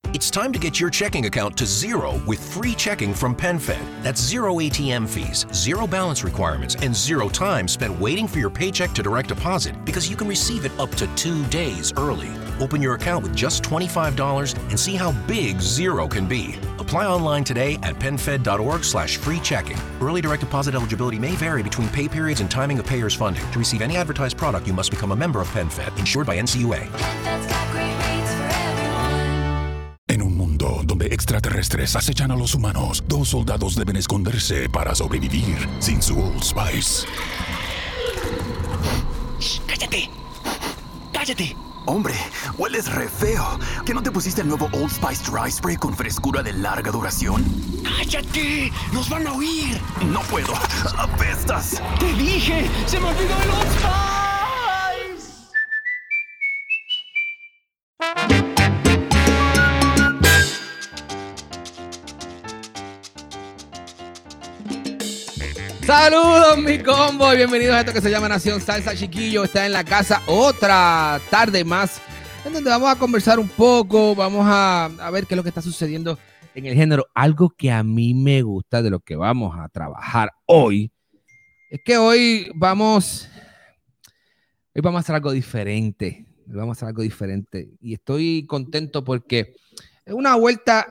It's time to get your checking account to zero with free checking from PenFed. That's zero ATM fees, zero balance requirements, and zero time spent waiting for your paycheck to direct deposit because you can receive it up to 2 days early. Open your account with just $25 and see how big zero can be. Apply online today at PenFed.org/free checking. Early direct deposit eligibility may vary between pay periods and timing of payers' funding. To receive any advertised product, you must become a member of PenFed, insured by NCUA. En un mundo donde extraterrestres acechan a los humanos, 2 soldados deben esconderse para sobrevivir sin su Old Spice. ¡Shh! ¡Cállate! ¡Cállate! Hombre, hueles re feo. ¿Que no te pusiste el nuevo Old Spice Dry Spray con frescura de larga duración? ¡Cállate! ¡Nos van a oír! No puedo. ¡Apestas! ¡Te dije! ¡Se me olvidó el Old Spice! Saludos mi combo y bienvenidos a esto que se llama Nación Salsa. Chiquillo está en la casa otra tarde más en donde vamos a conversar un poco, vamos a ver qué es lo que está sucediendo en el género. Algo que a mí me gusta de lo que vamos a trabajar hoy es que hoy vamos a hacer algo diferente. Y estoy contento porque es una vuelta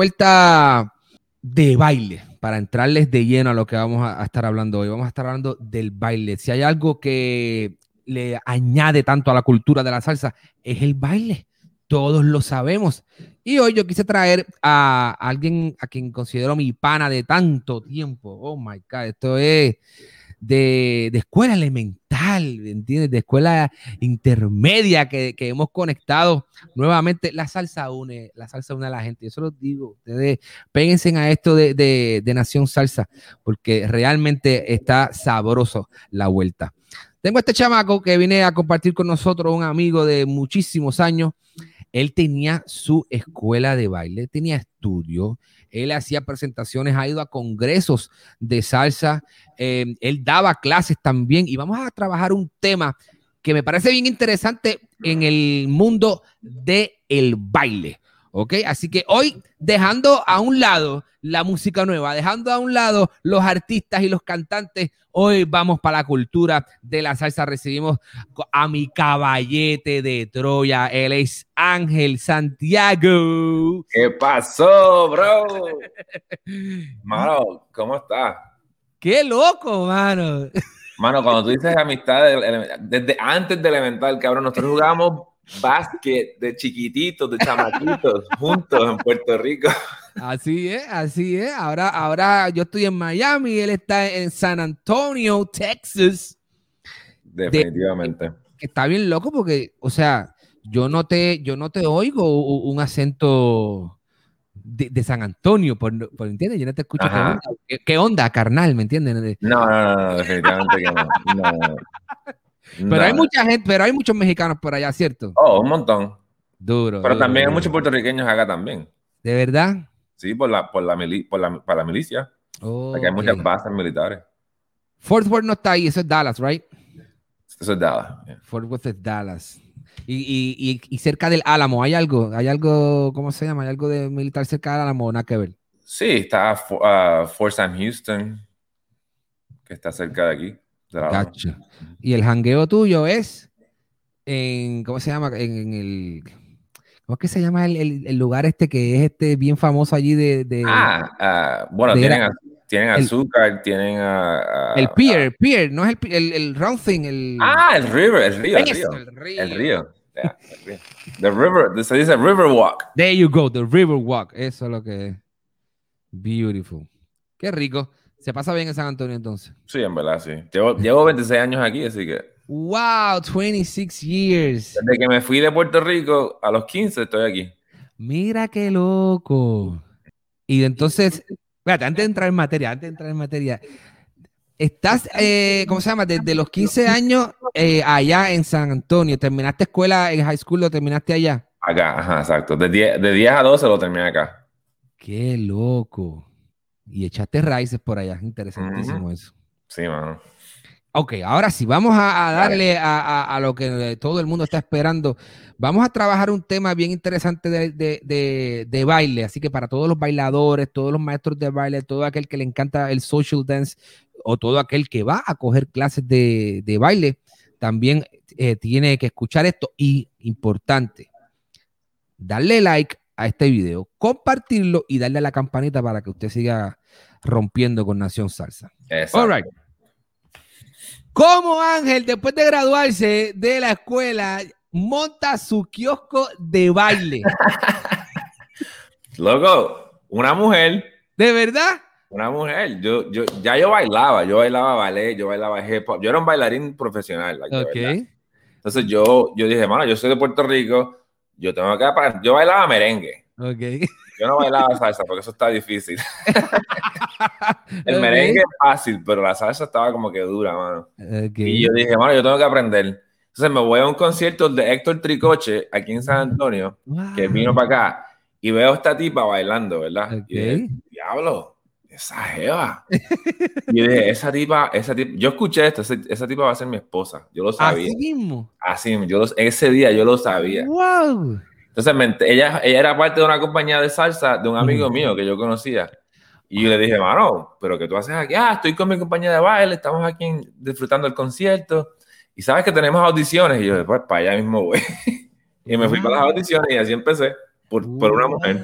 de baile, para entrarles de lleno a lo que vamos a estar hablando hoy. Vamos a estar hablando del baile. Si hay algo que le añade tanto a la cultura de la salsa, es el baile. Todos lo sabemos. Y hoy yo quise traer a alguien a quien considero mi pana de tanto tiempo. Oh my God, esto es de escuela elemental, ¿entiendes? De escuela intermedia que hemos conectado nuevamente. La salsa une a la gente. Yo se los digo, ustedes péguense a esto de Nación Salsa, porque realmente está sabroso la vuelta. Tengo a este chamaco que viene a compartir con nosotros, un amigo de muchísimos años. Él tenía su escuela de baile, tenía estudio, él hacía presentaciones, ha ido a congresos de salsa, él daba clases también, y vamos a trabajar un tema que me parece bien interesante en el mundo del baile, ¿ok? Así que hoy, dejando a un lado la música nueva, dejando a un lado los artistas y los cantantes, hoy vamos para la cultura de la salsa. Recibimos a mi caballete de Troya, él es Ángel Santiago. ¿Qué pasó, bro? Mano, ¿cómo estás? ¡Qué loco, mano! Mano, cuando tú dices amistad, desde antes de elemental, cabrón, nosotros jugamos básquet de chiquititos, de chamaquitos, juntos en Puerto Rico. Así es. Ahora yo estoy en Miami, él está en San Antonio, Texas. Definitivamente. Que está bien loco porque, o sea, yo no te oigo un acento de San Antonio, por ¿entiendes? Yo no te escucho. ¿Qué onda, carnal? ¿Me entiendes? No, definitivamente que no. Pero hay mucha gente, pero hay muchos mexicanos por allá, ¿cierto? Oh, un montón. Duro. Pero también hay muchos puertorriqueños acá también. ¿De verdad? Sí, para la milicia. Oh, Aquí hay muchas bases militares. Fort Worth no está ahí, eso es Dallas, right? Eso es Dallas. Yeah. Fort Worth es Dallas. Y cerca del Álamo, ¿hay algo, ¿cómo se llama? ¿Hay algo de militar cerca del Álamo? Nada que ver. Sí, está Fort Sam Houston, que está cerca de aquí. Gotcha. Y el jangueo tuyo es en, ¿cómo se llama? ¿Cómo es que se llama el lugar este que es bien famoso allí bueno, tienen azúcar, tienen el pier, no es el round thing, el río. Yeah, the river, se dice Riverwalk. There you go, the Riverwalk. Eso es lo que es. Beautiful. Qué rico. ¿Se pasa bien en San Antonio entonces? Sí, en verdad, sí. Llevo 26 años aquí, así que... Wow, 26 years. Desde que me fui de Puerto Rico, a los 15 estoy aquí. Mira qué loco. Y entonces, espérate, antes de entrar en materia, estás, ¿cómo se llama? Desde los 15 años allá en San Antonio. ¿Terminaste escuela en high school? ¿Lo terminaste allá? Acá, ajá, exacto. De 10 a 12 lo terminé acá. Qué loco. Y echaste raíces por allá. Interesantísimo eso. Sí, mano. Ok, ahora sí, vamos a darle a lo que todo el mundo está esperando. Vamos a trabajar un tema bien interesante de baile. Así que para todos los bailadores, todos los maestros de baile, todo aquel que le encanta el social dance o todo aquel que va a coger clases de baile, también tiene que escuchar esto. Y importante, darle like a este video, compartirlo y darle a la campanita para que usted siga rompiendo con Nación Salsa. Exacto. All right. ¿Cómo Ángel, después de graduarse de la escuela, monta su kiosco de baile? Loco, una mujer. ¿De verdad? Una mujer. Yo bailaba ballet, yo bailaba hip hop. Yo era un bailarín profesional. Ok. Entonces yo dije, mano, yo soy de Puerto Rico, yo tengo que aprender. Yo bailaba merengue. Ok. Yo no bailaba salsa porque eso está difícil. El merengue es fácil, pero la salsa estaba como que dura, mano. Okay. Y yo dije, mano, yo tengo que aprender. Entonces me voy a un concierto de Héctor Tricoche aquí en San Antonio, que vino para acá, y veo a esta tipa bailando, ¿verdad? Okay. Y dije, diablo, esa jeva. Y yo dije, esa tipa, yo escuché esto, esa tipa va a ser mi esposa. Yo lo sabía. Así mismo. Así, ese día yo lo sabía. Wow. Entonces ella era parte de una compañía de salsa de un amigo mío que yo conocía. Y yo le dije, mano, ¿pero qué tú haces aquí? Estoy con mi compañía de baile, estamos aquí disfrutando el concierto. Y sabes que tenemos audiciones. Y yo, pues, para allá mismo voy. Y me fui para las audiciones y así empecé, por una mujer.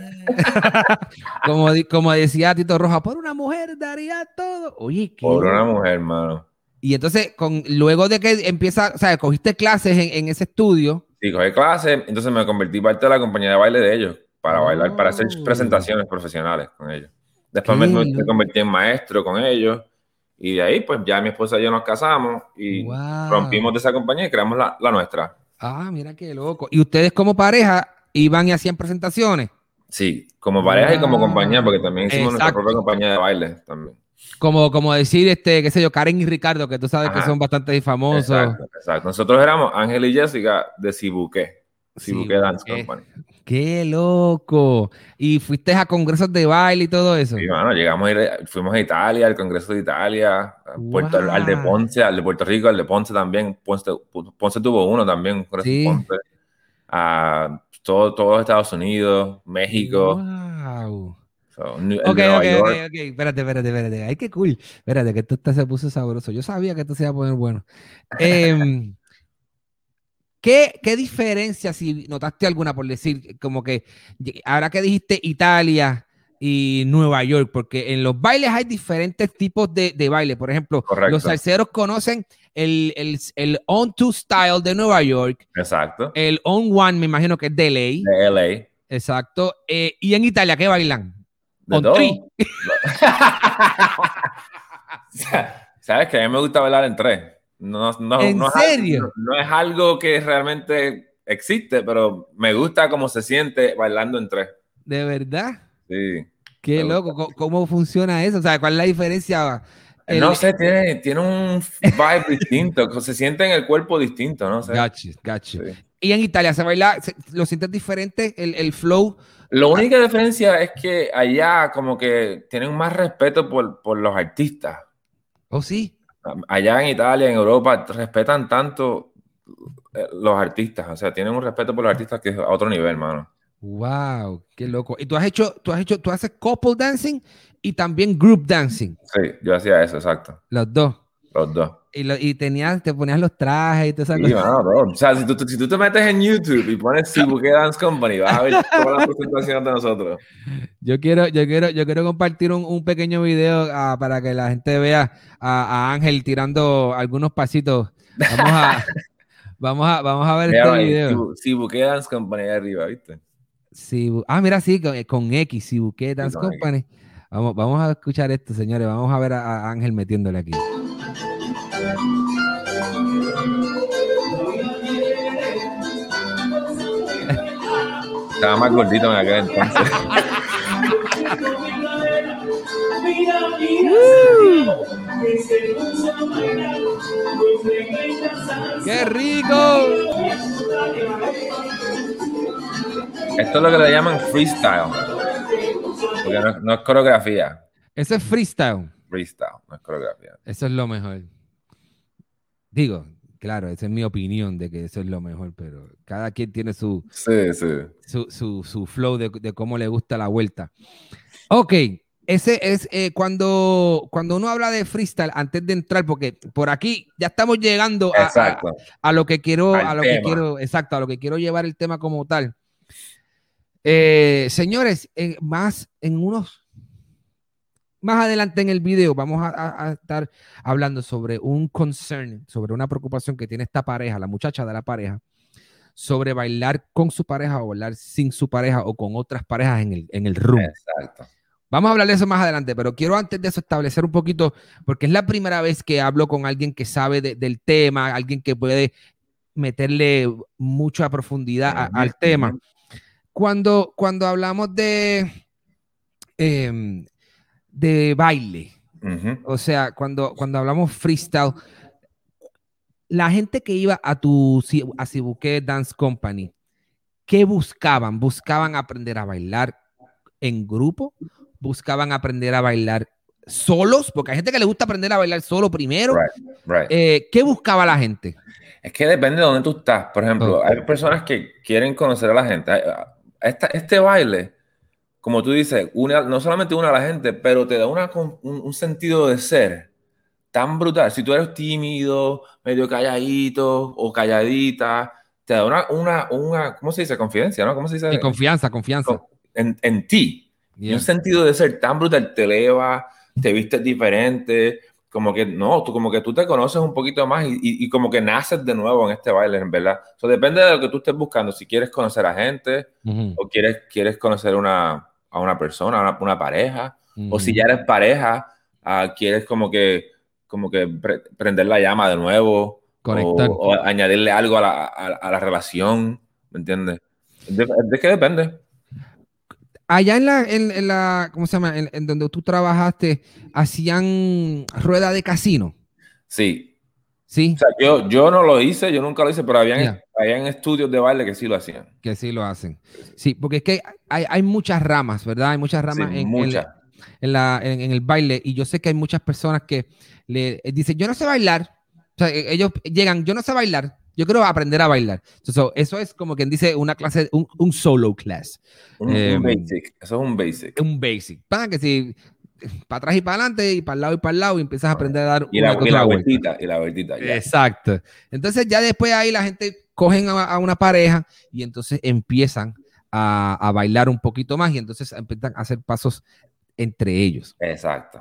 como decía Tito Roja, por una mujer daría todo. Oye, ¿qué? Por una mujer, hermano. Y entonces, luego de que empieza, o sea, cogiste clases en ese estudio. Sí, cogí clases, entonces me convertí parte de la compañía de baile de ellos, para bailar, para hacer presentaciones profesionales con ellos. Después me convertí en maestro con ellos, y de ahí, pues, ya mi esposa y yo nos casamos, y rompimos de esa compañía y creamos la nuestra. Ah, mira qué loco. ¿Y ustedes como pareja iban y hacían presentaciones? Sí, como pareja y como compañía, porque también hicimos nuestra propia compañía de baile también. Como decir, qué sé yo, Karen y Ricardo, que tú sabes que son bastante famosos. Exacto. Nosotros éramos Ángel y Jessica de Sibuqué Dance Company. ¡Qué loco! ¿Y fuiste a congresos de baile y todo eso? Sí, bueno, fuimos a Italia, al Congreso de Italia, al de Ponce, al de Puerto Rico, al de Ponce también. Ponce tuvo uno también, sí. Ponce. A todos Estados Unidos, México. ¡Wow! Ok. Espérate. Ay, qué cool. Espérate, que esto se puso sabroso. Yo sabía que esto se iba a poner bueno. ¿Qué diferencia, si notaste alguna, por decir, como que ahora que dijiste Italia y Nueva York, porque en los bailes hay diferentes tipos de baile? Por ejemplo, los salseros conocen el On Two Style de Nueva York. Exacto. El On One, me imagino que es de LA. De LA. Exacto. ¿Y en Italia qué bailan? On Three. ¿Sabes que a mí me gusta bailar en tres? ¿En serio? No es algo que realmente existe, pero me gusta cómo se siente bailando en tres. ¿De verdad? Sí. Qué loco. ¿Cómo funciona eso? O sea, ¿cuál es la diferencia? No sé, tiene un vibe distinto, se siente en el cuerpo distinto, ¿no? Gotcha. Sí. ¿Y en Italia se baila, lo sientes diferente, el flow? La única diferencia es que allá como que tienen más respeto por los artistas. ¿Oh, sí? Allá en Italia, en Europa, respetan tanto los artistas, o sea, tienen un respeto por los artistas que es a otro nivel, mano. Wow, qué loco. ¿Y tú haces couple dancing y también group dancing? Sí, yo hacía eso, exacto. Los dos. Y te ponías los trajes y todo eso. Sí, mano, bro. O sea, si tú te metes en YouTube y pones Sibuqué Dance Company, vas a ver todas las presentaciones de nosotros. Yo quiero compartir un pequeño video para que la gente vea a Ángel tirando algunos pasitos. Vamos a ver este video. Sibuqué Dance Company ahí arriba, ¿viste? Mira, sí, con X, Sibuqué Dance Company. Vamos a escuchar esto, señores. Vamos a ver a Ángel metiéndole aquí. Estaba más gordito en aquel entonces. ¡Qué rico! Esto es lo que le llaman freestyle. Porque no es coreografía. Eso es freestyle. Freestyle, no es coreografía. Eso es lo mejor. Digo, claro, esa es mi opinión de que eso es lo mejor, pero cada quien tiene su flow de cómo le gusta la vuelta. Ok, ese es cuando uno habla de freestyle, antes de entrar, porque por aquí ya estamos llegando a lo que quiero, exacto, a lo que quiero llevar el tema como tal. Señores, más adelante en el video vamos a estar hablando sobre un concern, sobre una preocupación que tiene esta pareja, la muchacha de la pareja, sobre bailar con su pareja o bailar sin su pareja o con otras parejas en el room. Exacto. Vamos a hablar de eso más adelante, pero quiero antes de eso establecer un poquito, porque es la primera vez que hablo con alguien que sabe del tema, alguien que puede meterle mucha profundidad al tema. Cuando hablamos de baile, o sea, cuando hablamos freestyle, la gente que iba a Sibuque Dance Company, ¿qué buscaban? ¿Buscaban aprender a bailar en grupo? ¿Buscaban aprender a bailar solos? Porque hay gente que le gusta aprender a bailar solo primero. Right. ¿Qué buscaba la gente? Es que depende de dónde tú estás. Por ejemplo, hay personas que quieren conocer a la gente. Este baile, como tú dices, no solamente une a la gente, pero te da un sentido de ser tan brutal. Si tú eres tímido, medio calladito o calladita, te da una ¿cómo se dice? Confidencia, ¿no? ¿Cómo se dice? Confianza. En ti. Yeah. Y un sentido de ser tan brutal, te eleva, te vistes diferente, como que tú te conoces un poquito más y como que naces de nuevo en este baile, en verdad. Depende de lo que tú estés buscando, si quieres conocer a gente o quieres conocer a una persona, una pareja, o si ya eres pareja, quieres como que prender la llama de nuevo o añadirle algo a la relación, ¿me entiendes? ¿De qué depende? Allá en la ¿cómo se llama? En donde tú trabajaste, ¿hacían rueda de casino? Sí. ¿Sí? O sea, yo no lo hice, yo nunca lo hice, pero habían estudios de baile que sí lo hacían. Que sí lo hacen. Sí, porque es que hay muchas ramas, ¿verdad? Hay muchas ramas en el baile, y yo sé que hay muchas personas que le dicen, yo no sé bailar. O sea, ellos llegan, yo no sé bailar. Yo quiero aprender a bailar. Eso es como quien dice una clase, un solo class. Un basic. Eso es un basic. Un basic. Para que si para atrás y para adelante y para el lado y para el lado y empiezas a aprender a dar y la vueltita. Ya. Exacto. Entonces ya después ahí la gente cogen a una pareja y entonces empiezan a bailar un poquito más y entonces empiezan a hacer pasos entre ellos. Exacto.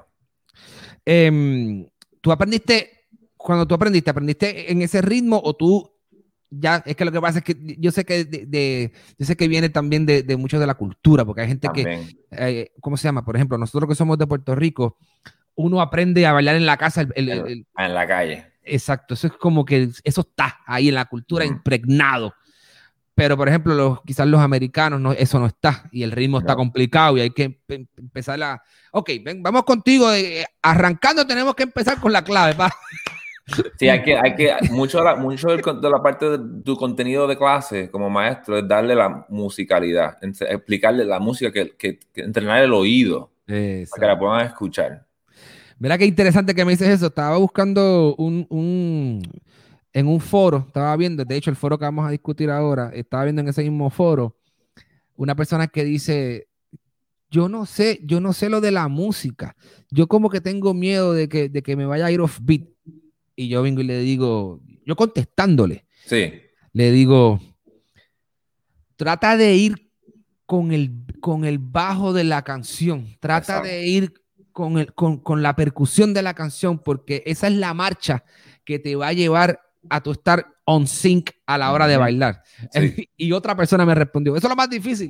¿Tú aprendiste? Cuando tú aprendiste en ese ritmo o tú ya, es que lo que pasa es que yo sé que viene también de mucho de la cultura, porque hay gente también. ¿Cómo se llama? Por ejemplo, nosotros que somos de Puerto Rico, uno aprende a bailar en la casa. En la calle. Exacto, eso es como que eso está ahí en la cultura impregnado. Pero, por ejemplo, quizás los americanos, eso no está y el ritmo está complicado y hay que empezar Ok, vamos contigo. Arrancando tenemos que empezar con la clave, ¿va? Sí, mucho de la parte de tu contenido de clase como maestro es darle la musicalidad, explicarle la música, que entrenar el oído. Exacto. Para que la puedan escuchar. Mira qué interesante que me dices eso. Estaba buscando en un foro, estaba viendo, de hecho el foro que vamos a discutir ahora, estaba viendo en ese mismo foro una persona que dice, yo no sé lo de la música, yo como que tengo miedo de que me vaya a ir off beat. Y yo vengo y le digo, yo contestándole, le digo, trata de ir con el bajo de la canción, trata de ir con la percusión de la canción, porque esa es la marcha que te va a llevar a tu estar on sync a la hora de bailar. Sí. Y otra persona me respondió, eso es lo más difícil.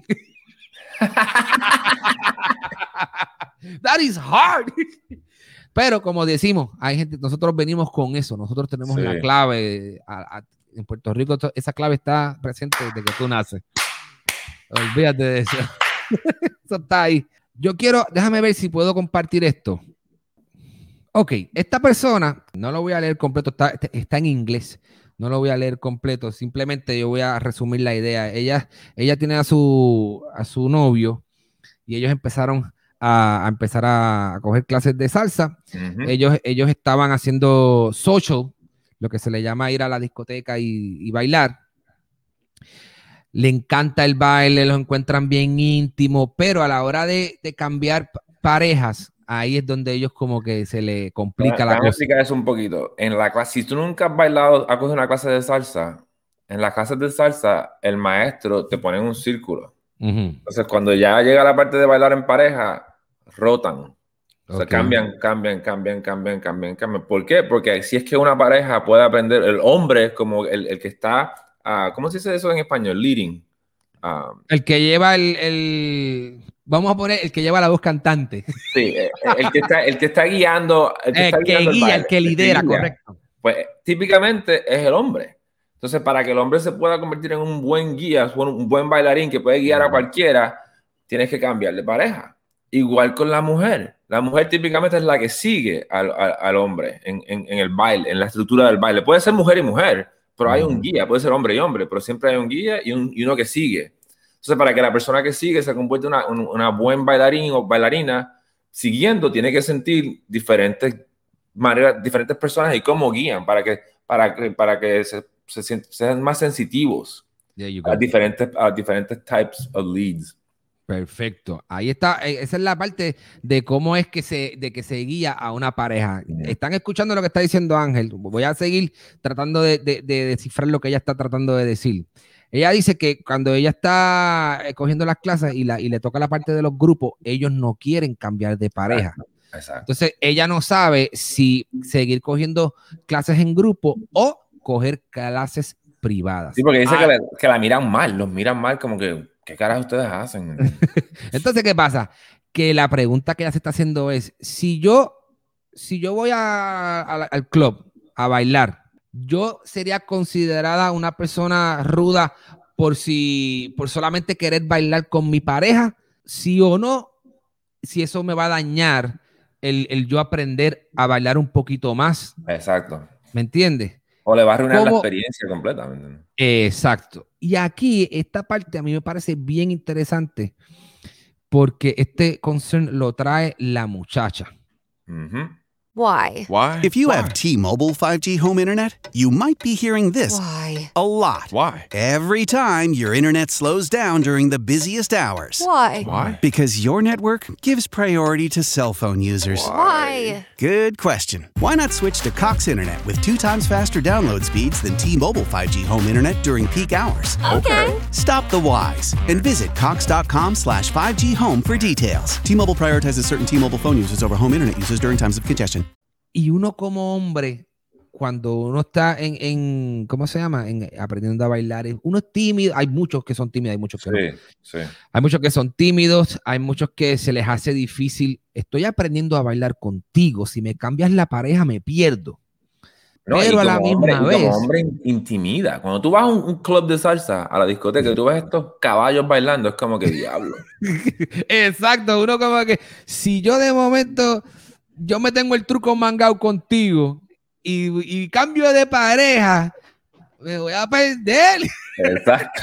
That is hard. Pero como decimos, hay gente, nosotros venimos con eso, nosotros tenemos la clave. En Puerto Rico esa clave está presente desde que tú naces. Olvídate de eso. Eso está ahí. Déjame ver si puedo compartir esto. Ok, esta persona, no lo voy a leer completo, está en inglés. No lo voy a leer completo, simplemente yo voy a resumir la idea. Ella tiene a su novio y ellos empezaron a empezar a coger clases de salsa. Ellos estaban haciendo social lo que se le llama ir a la discoteca y bailar. Le encanta el baile, los encuentran bien íntimos, pero a la hora de cambiar parejas, ahí es donde ellos como que se le complica la cosa. Explicar eso un poquito. En la clase, si tú nunca has bailado, has cogido una clase de salsa, en las clases de salsa, el maestro te pone en un círculo. Entonces, cuando ya llega la parte de bailar en pareja, rotan. O sea, cambian. ¿Por qué? Porque si es que una pareja puede aprender, el hombre es como el que está, ¿cómo se dice eso en español? Leading. El que lleva vamos a poner el que lleva la voz cantante. Sí, el que está guiando. El que lidera, correcto. Pues típicamente es el hombre. Entonces, para que el hombre se pueda convertir en un buen guía, un buen bailarín que puede guiar a cualquiera, tienes que cambiar de pareja. Igual con la mujer. La mujer típicamente es la que sigue al hombre en el baile, en la estructura del baile. Puede ser mujer y mujer, pero hay un guía. Puede ser hombre y hombre, pero siempre hay un guía y uno que sigue. Entonces, para que la persona que sigue se convierta en una buen bailarín o bailarina, siguiendo, tiene que sentir diferentes maneras, diferentes personas y cómo guían para que sean más sensitivos a diferentes types of leads. Perfecto. Ahí está. Esa es la parte de cómo es que se guía a una pareja. Están escuchando lo que está diciendo Ángel. Voy a seguir tratando de descifrar lo que ella está tratando de decir. Ella dice que cuando ella está cogiendo las clases y le toca la parte de los grupos, ellos no quieren cambiar de pareja. Exacto. Entonces, ella no sabe si seguir cogiendo clases en grupo o coger clases privadas. Sí, porque dice que la miran mal, los miran mal como que, ¿qué caras ustedes hacen? Entonces, ¿qué pasa? Que la pregunta que ella se está haciendo es, si yo voy al club a bailar, ¿yo sería considerada una persona ruda por solamente querer bailar con mi pareja? ¿Sí o no? Si eso me va a dañar el yo aprender a bailar un poquito más. Exacto. ¿Me entiendes? O le va a arruinar la experiencia completa. Exacto. Y aquí, esta parte a mí me parece bien interesante porque este concern lo trae la muchacha. Why? If you have T-Mobile 5G home internet, you might be hearing this Why? a lot. Why? Every time your internet slows down during the busiest hours. Why? Because your network gives priority to cell phone users. Why? Good question. Why not switch to Cox Internet with 2 times faster download speeds than T-Mobile 5G home internet during peak hours? Okay. Stop the whys and visit cox.com/5G home for details. T-Mobile prioritizes certain T-Mobile phone users over home internet users during times of congestion. Y uno como hombre, cuando uno está ¿cómo se llama? Aprendiendo a bailar, uno es tímido. Hay muchos que son tímidos, hay muchos que no. Sí. Hay muchos que son tímidos, hay muchos que se les hace difícil. Estoy aprendiendo a bailar contigo. Si me cambias la pareja, me pierdo. No, pero a la misma vez. Como hombre intimida. Cuando tú vas a un club de salsa, a la discoteca, y tú ves estos caballos bailando, es como que diablo. Exacto, uno como que si yo de momento... yo me tengo el truco mangado contigo y cambio de pareja, me voy a perder. Exacto.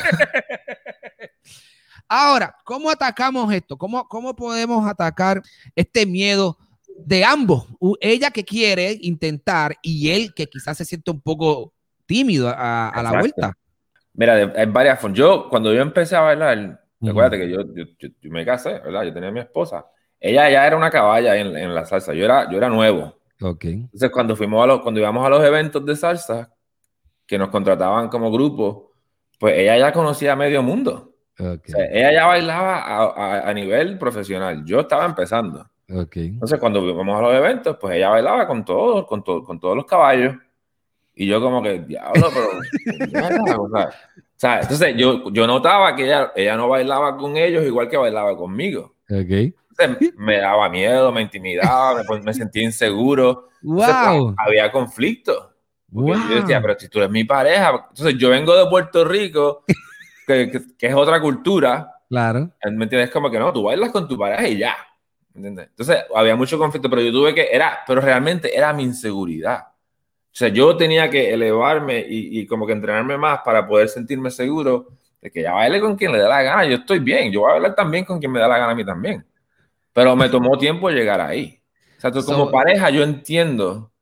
Ahora, ¿cómo atacamos esto? ¿Cómo podemos atacar este miedo de ambos? Ella que quiere intentar y él que quizás se siente un poco tímido a la vuelta. Mira, hay varias formas. Cuando yo empecé a bailar, recuérdate que yo me casé, ¿verdad? Yo tenía a mi esposa. Ella ya era una caballa en la salsa. Yo era nuevo. Okay. Entonces, cuando íbamos a los eventos de salsa, que nos contrataban como grupo, pues ella ya conocía a medio mundo. Okay. O sea, ella ya bailaba a nivel profesional. Yo estaba empezando. Okay. Entonces, cuando íbamos a los eventos, pues ella bailaba con todos los caballos. Y yo como que, diablo, pero... o sea, entonces yo notaba que ella no bailaba con ellos igual que bailaba conmigo. Okay. Entonces, me daba miedo, me intimidaba, me sentía inseguro. Entonces, Wow. Había conflicto. Wow. Yo decía, pero si tú eres mi pareja. Entonces, yo vengo de Puerto Rico, que es otra cultura. Claro. ¿Me entiendes? Como que no, tú bailas con tu pareja y ya. ¿Entiendes? Entonces, había mucho conflicto, pero yo tuve pero realmente era mi inseguridad. O sea, yo tenía que elevarme y como que entrenarme más para poder sentirme seguro de que ya baile con quien le dé la gana. Yo estoy bien. Yo voy a bailar también con quien me da la gana a mí también. Pero me tomó tiempo llegar ahí. O sea, como pareja yo entiendo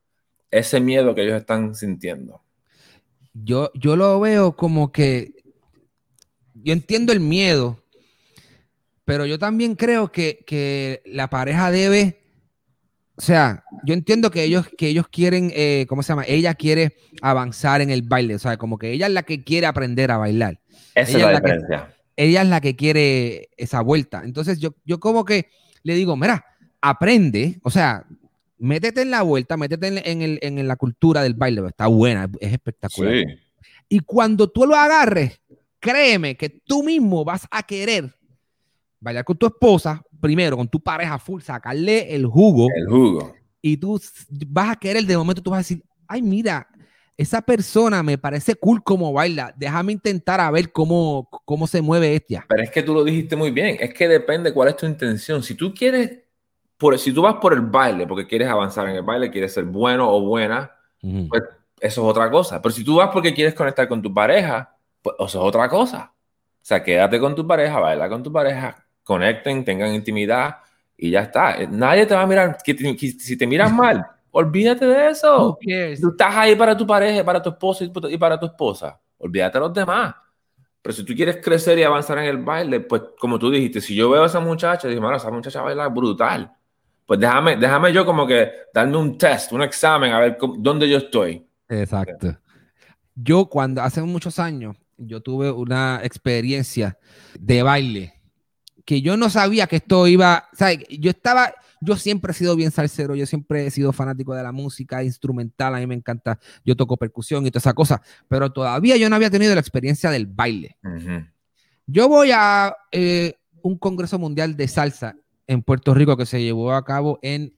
ese miedo que ellos están sintiendo? Yo lo veo como que yo entiendo el miedo, pero yo también creo que la pareja debe, o sea, yo entiendo que ellos quieren, ¿cómo se llama? Ella quiere avanzar en el baile, o sea, como que ella es la que quiere aprender a bailar. Esa es la diferencia. Ella es la que quiere esa vuelta. Entonces yo como que le digo, mira, aprende, o sea, métete en la vuelta, métete en la cultura del baile, está buena, es espectacular. Sí. Y cuando tú lo agarres, créeme que tú mismo vas a querer bailar con tu esposa, primero con tu pareja full, sacarle el jugo. El jugo. Y tú vas a querer, de momento tú vas a decir, ay, mira, esa persona me parece cool como baila, déjame intentar a ver cómo se mueve esta. Pero es que tú lo dijiste muy bien, es que depende cuál es tu intención. Si tú quieres, si tú vas por el baile, porque quieres avanzar en el baile, quieres ser bueno o buena, pues eso es otra cosa. Pero si tú vas porque quieres conectar con tu pareja, pues eso es otra cosa. O sea, quédate con tu pareja, baila con tu pareja, conecten, tengan intimidad y ya está. Nadie te va a mirar. Si te miras mal, olvídate de eso. Tú estás ahí para tu pareja, para tu esposo y para tu esposa. Olvídate de los demás. Pero si tú quieres crecer y avanzar en el baile, pues como tú dijiste, si yo veo a esa muchacha, digo, mano, esa muchacha baila brutal. Pues déjame yo como que darme un test, un examen, a ver dónde yo estoy. Exacto. Yo hace muchos años, yo tuve una experiencia de baile que yo no sabía que esto iba, ¿sabes? Yo siempre he sido bien salsero, yo siempre he sido fanático de la música instrumental, a mí me encanta, yo toco percusión y toda esa cosa, pero todavía yo no había tenido la experiencia del baile. Yo voy a un congreso mundial de salsa en Puerto Rico que se llevó a cabo en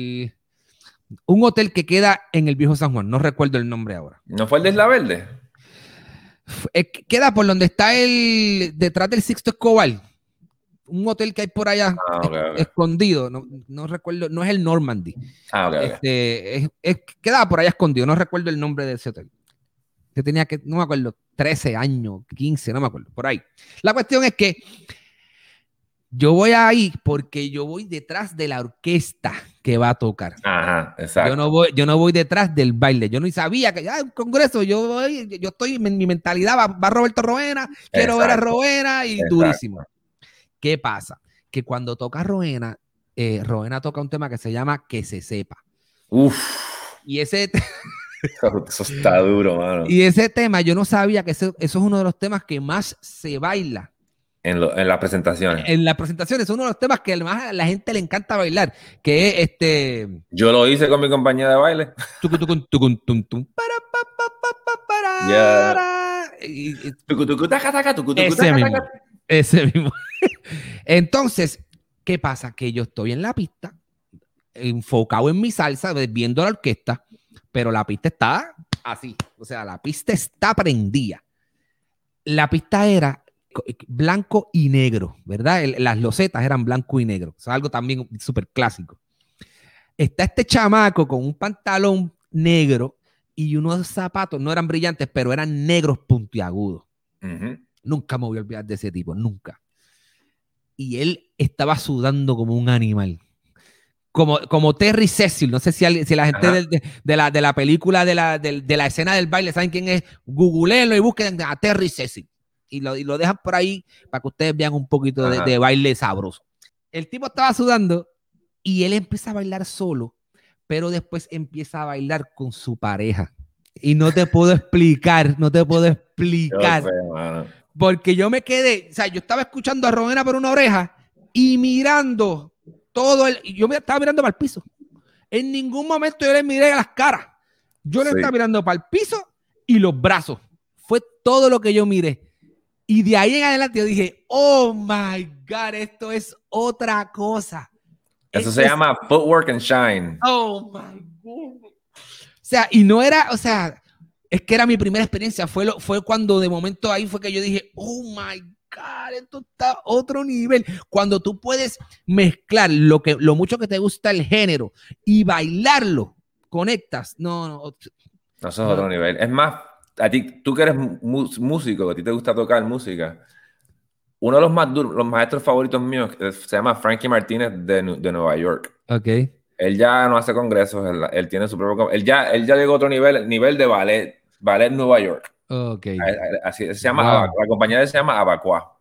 un hotel que queda en el Viejo San Juan, no recuerdo el nombre ahora. ¿No fue el de Isla Verde? Queda por donde está detrás del Sixto Escobar, un hotel que hay por allá escondido, no recuerdo, no es el Normandy. Queda por allá escondido, no recuerdo el nombre de ese hotel. Yo tenía no me acuerdo, 13 años, 15, no me acuerdo, por ahí. La cuestión es que yo voy ahí porque yo voy detrás de la orquesta que va a tocar. Ajá, exacto. Yo no voy detrás del baile. Yo no sabía que un congreso, yo estoy en mi mentalidad, va Roberto Roena, quiero ver a Roena y durísimo. ¿Qué pasa? Que cuando toca Roena, Roena toca un tema que se llama Que se sepa. Uf. Y ese... Eso está duro, mano. Y ese tema, yo no sabía que eso es uno de los temas que más se baila. En las presentaciones. En las presentaciones, es uno de los temas que más a la gente le encanta bailar, que es Yo lo hice con mi compañía de baile. Ese mismo. Entonces, ¿qué pasa? Que yo estoy en la pista, enfocado en mi salsa, viendo la orquesta, pero la pista está así. O sea, la pista está prendida. La pista era blanco y negro, ¿verdad? Las losetas eran blanco y negro. O sea, algo también súper clásico. Está este chamaco con un pantalón negro y unos zapatos, no eran brillantes, pero eran negros puntiagudos. Nunca me voy a olvidar de ese tipo, nunca. Y él estaba sudando como un animal. Como Terry Cecil, no sé si la gente de la película de la escena del baile, ¿saben quién es? Googleenlo y busquen a Terry Cecil. Y lo dejan por ahí para que ustedes vean un poquito de baile sabroso. El tipo estaba sudando y él empieza a bailar solo, pero después empieza a bailar con su pareja. Y no te puedo explicar. Yo sé, porque yo me quedé, o sea, yo estaba escuchando a Roena por una oreja y mirando yo me estaba mirando para el piso. En ningún momento yo le miré a las caras. Yo le estaba mirando para el piso y los brazos. Fue todo lo que yo miré. Y de ahí en adelante yo dije, oh my God, esto es otra cosa. Eso se llama footwork and shine. Oh my God. O sea, y no era, o sea, es que era mi primera experiencia. Fue cuando de momento ahí fue que yo dije, oh my God, esto está a otro nivel. Cuando tú puedes mezclar lo mucho que te gusta el género y bailarlo, conectas. No. Eso es otro nivel. Es más, tú que eres músico, a ti te gusta tocar música, uno de los más duros, los maestros favoritos míos, se llama Frankie Martínez de Nueva York. Ok. Él ya no hace congresos, él tiene su propio... Él ya llegó a otro nivel de ballet Nueva York. Ok. Así se llama, la compañía se llama Abacua.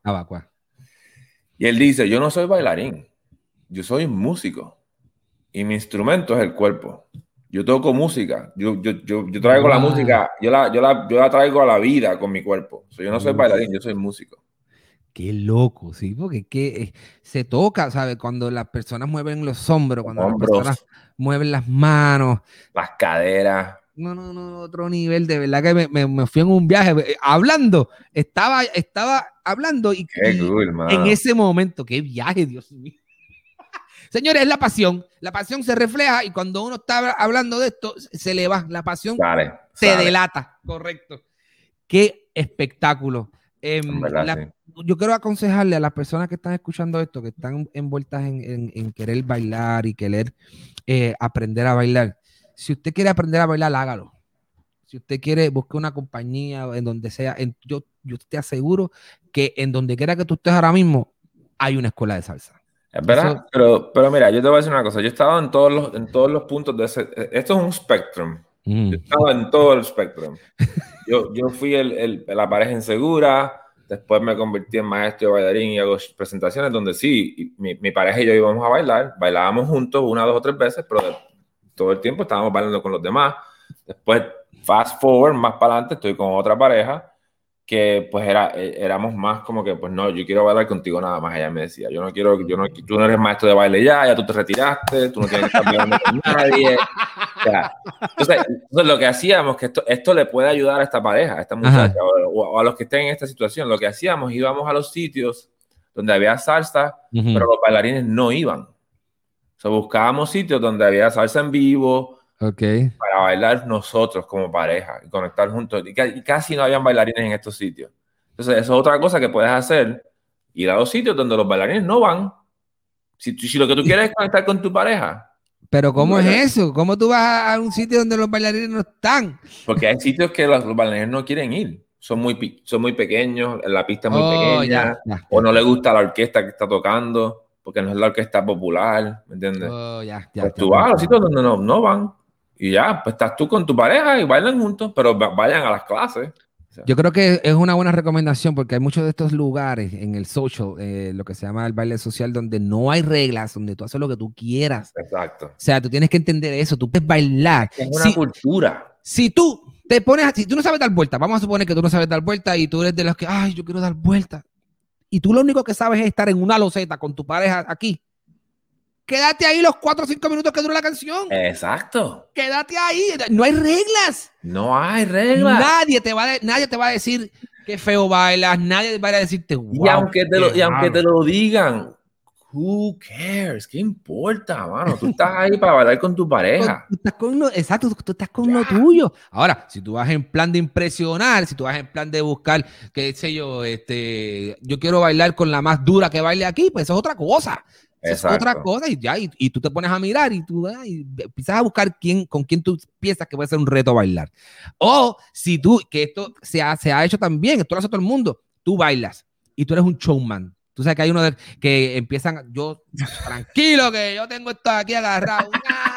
Y él dice, yo no soy bailarín, yo soy músico. Y mi instrumento es el cuerpo. Yo toco música. Yo traigo la música, yo la traigo a la vida con mi cuerpo. Yo no soy bailarín, yo soy músico. Qué loco, sí, porque se toca, ¿sabes? Cuando las personas mueven los hombros, cuando las personas mueven las manos, las caderas. No, otro nivel, de verdad que me fui en un viaje hablando, estaba hablando y cool, en ese momento, qué viaje, Dios mío. Señores, es la pasión se refleja y cuando uno está hablando de esto, se le va, la pasión se delata, correcto. Qué espectáculo. Yo quiero aconsejarle a las personas que están escuchando esto, que están envueltas en querer bailar y querer aprender a bailar. Si usted quiere aprender a bailar, hágalo. Si usted quiere, busque una compañía en donde sea. Yo te aseguro que en donde quiera que tú estés ahora mismo, hay una escuela de salsa. Es verdad, pero mira, yo te voy a decir una cosa. Yo he estado en todos los puntos de ese... Esto es un spectrum. Yo he estado en todo el spectrum. Yo fui la pareja insegura. Después me convertí en maestro de bailarín y hago presentaciones donde sí, mi pareja y yo íbamos a bailar. Bailábamos juntos 1, 2 o 3 veces, pero todo el tiempo estábamos bailando con los demás. Después, fast forward, más para adelante, estoy con otra pareja que pues éramos más como que, pues no, yo quiero bailar contigo nada más. Ella me decía, tú no eres maestro de baile ya tú te retiraste, tú no tienes que estar bailando con nadie. O sea, entonces, lo que hacíamos, que esto le puede ayudar a esta pareja, a esta muchacha, o a los que estén en esta situación, lo que hacíamos, íbamos a los sitios donde había salsa, pero los bailarines no iban. O sea, buscábamos sitios donde había salsa en vivo, para bailar nosotros como pareja y conectar juntos. Y casi no habían bailarines en estos sitios. Entonces, eso es otra cosa que puedes hacer, ir a los sitios donde los bailarines no van. Si lo que tú quieres es conectar con tu pareja. Pero ¿cómo es eso? ¿Cómo tú vas a un sitio donde los bailarines no están? Porque hay sitios que los bailarines no quieren ir. Son muy pequeños, la pista es muy pequeña, o no le gusta la orquesta que está tocando, porque no es la orquesta popular, ¿me entiendes? Pues tú vas a los sitios donde no van. Y ya, pues estás tú con tu pareja y bailan juntos, pero vayan a las clases. O sea, yo creo que es una buena recomendación porque hay muchos de estos lugares en el social, lo que se llama el baile social, donde no hay reglas, donde tú haces lo que tú quieras. Exacto. O sea, tú tienes que entender eso, tú puedes bailar. Es una cultura. Si tú te pones, si tú no sabes dar vuelta, vamos a suponer que tú no sabes dar vuelta y tú eres de los que, ay, yo quiero dar vuelta. Y tú lo único que sabes es estar en una loseta con tu pareja aquí. Quédate ahí los 4 o 5 minutos que dura la canción. Exacto. Quédate ahí. No hay reglas. No hay reglas. Nadie te va a decir qué feo bailas. Nadie va a decirte, wow. Y aunque te lo digan, who cares? ¿Qué importa, mano? Tú estás ahí para bailar con tu pareja. Tú estás con lo tuyo. Ahora, si tú vas en plan de impresionar, si tú vas en plan de buscar, qué sé yo, yo quiero bailar con la más dura que baile aquí, pues eso es otra cosa. Es otra cosa y tú te pones a mirar y tú y empiezas a buscar con quién tú piensas que puede ser un reto bailar. O si tú, que esto se ha hecho también, esto lo hace todo el mundo, tú bailas y tú eres un showman. Tú sabes que hay uno que empiezan, tranquilo que yo tengo esto aquí agarrado.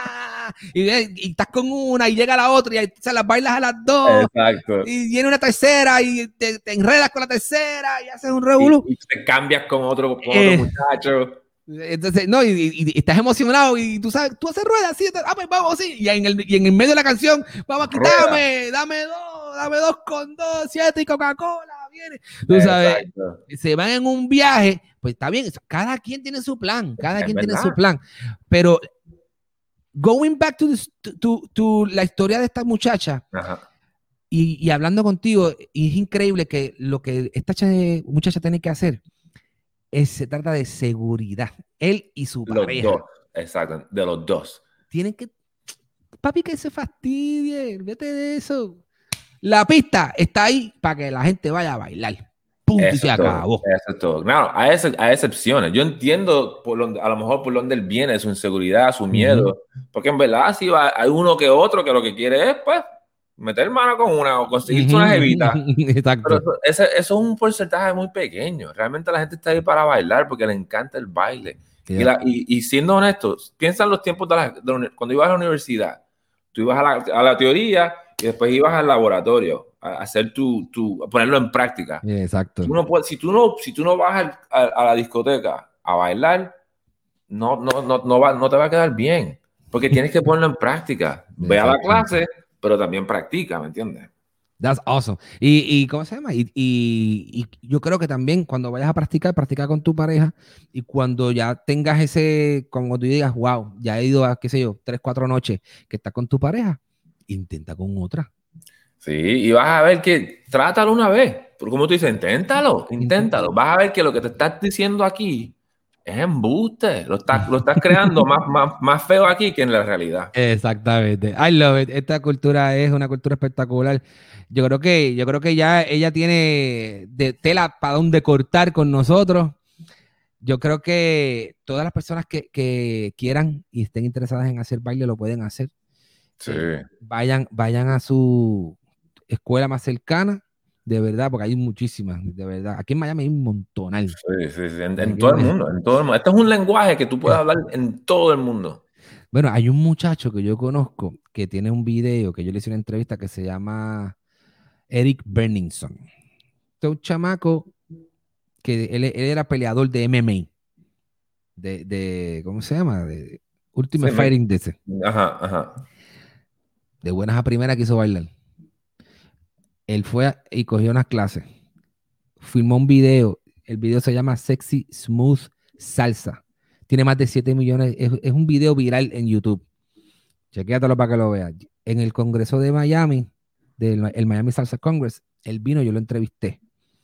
Y estás con una y llega la otra y se las bailas a las dos. Exacto. Y viene una tercera y te enredas con la tercera y haces un revolú. Y te cambias con otro muchacho. Entonces, no, y estás emocionado y tú sabes, tú haces ruedas así, pues vamos así, y en el medio de la canción, vamos aquí, dame 2 con 2, 7 y Coca-Cola, viene. Tú sabes, se van en un viaje, pues está bien, cada quien tiene su plan, pero going back to la historia de esta muchacha, y hablando contigo, y es increíble que lo que esta muchacha tiene que hacer se trata de seguridad. Él y su pareja. Los dos, exacto, de los dos. Tienen que, papi, que se fastidie, vete de eso. La pista está ahí para que la gente vaya a bailar. Punto, y se acabó. Eso es todo. Claro, hay excepciones. Yo entiendo a lo mejor por donde él viene, su inseguridad, su miedo, porque en verdad sí hay uno que otro que lo que quiere es, pues, meter mano con una o conseguirse una jevita. Exacto. Pero eso es un porcentaje muy pequeño. Realmente la gente está ahí para bailar porque le encanta el baile. Yeah. Y siendo honestos, piensa en los tiempos cuando ibas a la universidad. Tú ibas a la teoría y después ibas al laboratorio a hacer a ponerlo en práctica. Yeah, exacto. Tú no puedes, si tú no vas a la discoteca a bailar, no te va a quedar bien, porque tienes que ponerlo en práctica. Ve a la clase, pero también practica, ¿me entiendes? That's awesome. Y ¿cómo se llama? Y yo creo que también cuando vayas a practicar con tu pareja, y cuando ya tengas cuando tú digas, wow, ya he ido a, qué sé yo, 3, 4 noches que estás con tu pareja, intenta con otra. Sí, y vas a ver que trátalo una vez. Pero como tú dices, inténtalo. Vas a ver que lo que te estás diciendo aquí es embuste. Lo estás creando más feo aquí que en la realidad. Exactamente. I love it. Esta cultura es una cultura espectacular. Yo creo que ya ella tiene de tela para donde cortar con nosotros. Yo creo que todas las personas que quieran y estén interesadas en hacer baile lo pueden hacer. Sí. Vayan a su escuela más cercana, de verdad, porque hay muchísimas, de verdad. Aquí en Miami hay un montonal. Sí. En todo el mundo, Esto es un lenguaje que tú puedes hablar en todo el mundo. Bueno, hay un muchacho que yo conozco que tiene un video que yo le hice una entrevista que se llama Eric Berningson. Este es un chamaco que él era peleador de MMA. ¿Cómo se llama? De Ultimate Fighting DC. Ajá. De buenas a primeras quiso bailar. Él fue y cogió unas clases. Filmó un video. El video se llama Sexy Smooth Salsa. Tiene más de 7 millones. Es un video viral en YouTube. Chequéatelo para que lo veas. En el Congreso de Miami, el Miami Salsa Congress, él vino, yo lo entrevisté.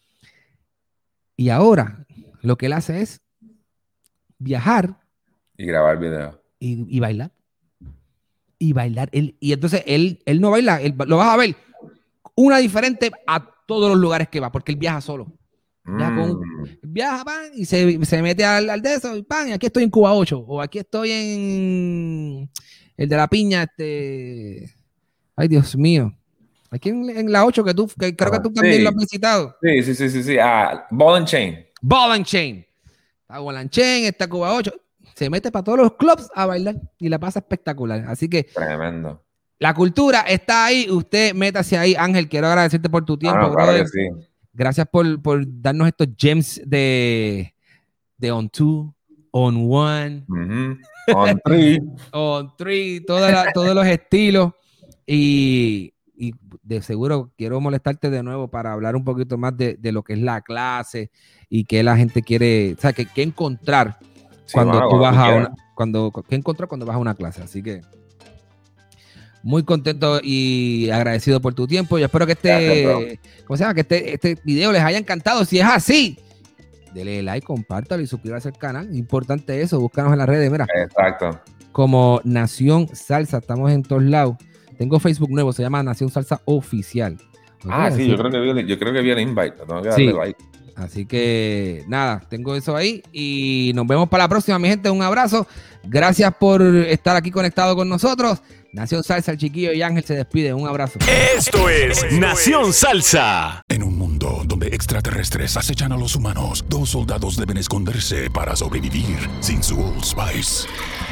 Y ahora lo que él hace es viajar y grabar video. Y bailar. Y bailar. Y entonces él no baila, lo vas a ver una diferente a todos los lugares que va, porque él viaja solo. Viaja, pan, y se mete al de eso, y pan, y aquí estoy en Cuba 8, o aquí estoy en el de la piña, ay, Dios mío. Aquí en la 8 que creo que tú también lo has visitado. Sí. Ball and Chain. Está Ball and Chain, está Cuba 8. Se mete para todos los clubs a bailar y la pasa espectacular. Así que tremendo. La cultura está ahí. Usted métase ahí. Ángel, quiero agradecerte por tu tiempo. Claro que sí. Gracias por darnos estos gems de On 2, On 1, On 3. On 3, todos los estilos. Y de seguro quiero molestarte de nuevo para hablar un poquito más de lo que es la clase y qué la gente quiere, o sea, qué encontrar cuando tú vas a una, qué encontrar cuando vas a una clase. Así que muy contento y agradecido por tu tiempo. Yo espero que este video les haya encantado. Si es así, dele like, compártalo y suscríbase al canal. Importante eso, búscanos en las redes. Mira, exacto. Como Nación Salsa, estamos en todos lados. Tengo Facebook nuevo, se llama Nación Salsa Oficial. Okay, sí, yo creo que vi el invite. Tengo que darle like. Así que nada, tengo eso ahí y nos vemos para la próxima, mi gente. Un abrazo. Gracias por estar aquí conectado con nosotros. Nación Salsa, el Chiquillo y Ángel se despiden. Un abrazo. Esto es Nación Salsa. En un mundo donde extraterrestres acechan a los humanos, 2 soldados deben esconderse para sobrevivir sin su Old Spice.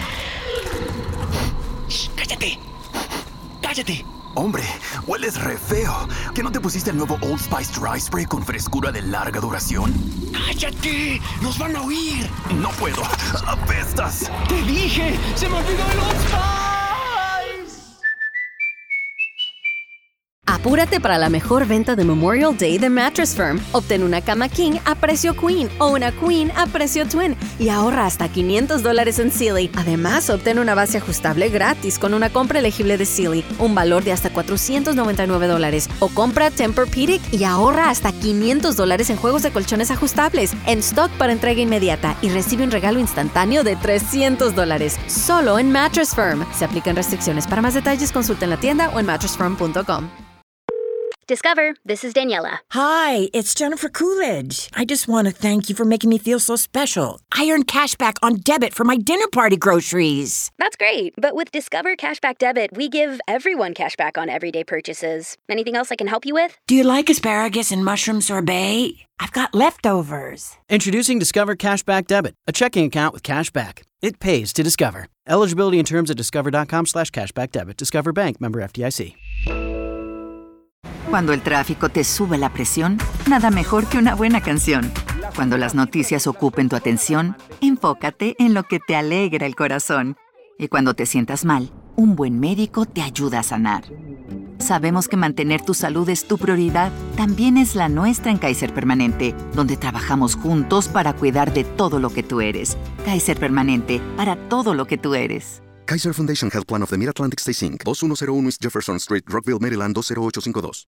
Shh, ¡cállate! ¡Cállate! Hombre, hueles re feo. ¿Que no te pusiste el nuevo Old Spice Dry Spray con frescura de larga duración? ¡Cállate! ¡Nos van a oír! No puedo. ¡Apestas! ¡Te dije! ¡Se me olvidó el Old Spice! Apúrate para la mejor venta de Memorial Day de Mattress Firm. Obtén una cama King a precio Queen o una Queen a precio Twin y ahorra hasta $500 en Sealy. Además, obtén una base ajustable gratis con una compra elegible de Sealy, un valor de hasta $499. O compra Tempur-Pedic y ahorra hasta $500 en juegos de colchones ajustables en stock para entrega inmediata y recibe un regalo instantáneo de $300. Solo en Mattress Firm. Se aplican restricciones. Para más detalles, consulta en la tienda o en mattressfirm.com. Discover, this is Daniela. Hi, it's Jennifer Coolidge. I just want to thank you for making me feel so special. I earned cash back on debit for my dinner party groceries. That's great, but with Discover Cashback Debit, we give everyone cash back on everyday purchases. Anything else I can help you with? Do you like asparagus and mushroom sorbet? I've got leftovers. Introducing Discover Cashback Debit, a checking account with cash back. It pays to Discover. Eligibility and terms at discover.com/cashback debit. Discover Bank, member FDIC. Cuando el tráfico te sube la presión, nada mejor que una buena canción. Cuando las noticias ocupen tu atención, enfócate en lo que te alegra el corazón. Y cuando te sientas mal, un buen médico te ayuda a sanar. Sabemos que mantener tu salud es tu prioridad, también es la nuestra en Kaiser Permanente, donde trabajamos juntos para cuidar de todo lo que tú eres. Kaiser Permanente, para todo lo que tú eres. Kaiser Foundation Health Plan of the Mid-Atlantic Stay Inc. 2101 East Jefferson Street, Rockville, Maryland 20852.